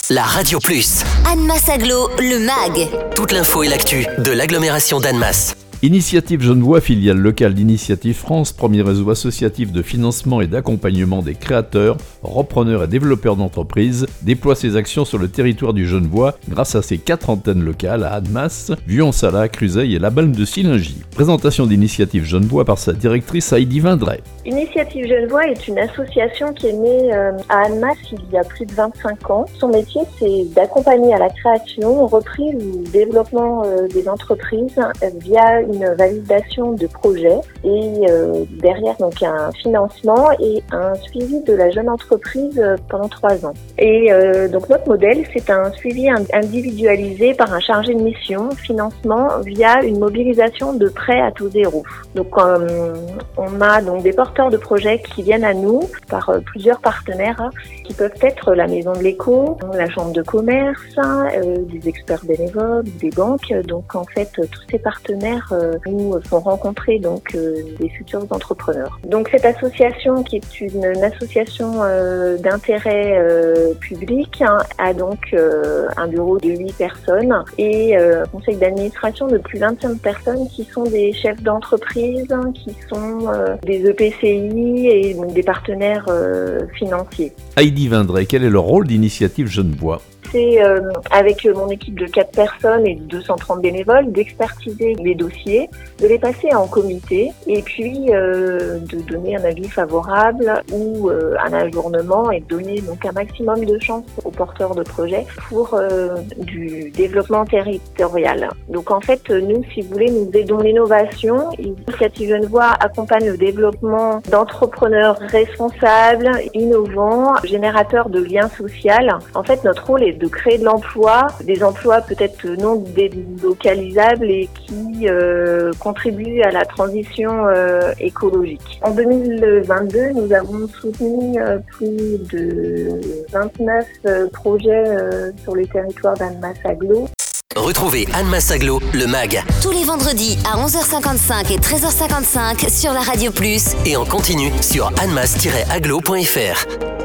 la Radio Plus. Annemasse Agglo, le MAG. Toute l'info et l'actu de l'agglomération d'Annemasse. Initiative Genevois, filiale locale d'Initiative France, premier réseau associatif de financement et d'accompagnement des créateurs, repreneurs et développeurs d'entreprises, déploie ses actions sur le territoire du Genevois grâce à ses 4 antennes locales à Annemasse, Vuon-Sala, Cruzeil et la Balme de Sillingy. Présentation d'Initiative Genevois par sa directrice Heidi Vindray. Initiative Genevois est une association qui est née à Annemasse il y a plus de 25 ans. Son métier, c'est d'accompagner à la création, reprise ou développement des entreprises via une validation de projet et derrière donc un financement et un suivi de la jeune entreprise pendant 3 ans. Et donc notre modèle, c'est un suivi individualisé par un chargé de mission, financement via une mobilisation de prêts à taux zéro. Donc on a donc des porteurs de projets qui viennent à nous par plusieurs partenaires qui peuvent être la maison de l'éco, la chambre de commerce, des experts bénévoles, des banques. Donc en fait tous ces partenaires nous font rencontrer donc des futurs entrepreneurs. Donc cette association qui est une association d'intérêt public a donc un bureau de 8 personnes et un conseil d'administration de plus de 25 personnes qui sont des chefs d'entreprise, qui sont des EPCI et donc des partenaires financiers. Heidi Vindray, quel est le rôle d'Initiative Genevois ? C'est avec mon équipe de 4 personnes et 230 bénévoles d'expertiser les dossiers, de les passer en comité et puis de donner un avis favorable ou un ajournement et de donner donc un maximum de chance aux porteurs de projets pour du développement territorial. Donc en fait, nous, si vous voulez, nous aidons l'innovation. Initiative Genevois accompagne le développement d'entrepreneurs responsables, innovants, générateurs de liens sociaux. En fait, notre rôle est de créer de l'emploi, des emplois peut-être non délocalisables et qui contribuent à la transition écologique. En 2022, nous avons soutenu plus de 29 projets sur le territoire d'Annemasse Agglo. Retrouvez Annemasse Agglo, le MAG. Tous les vendredis à 11h55 et 13h55 sur la Radio Plus. Et en continu sur annemasse-agglo.fr.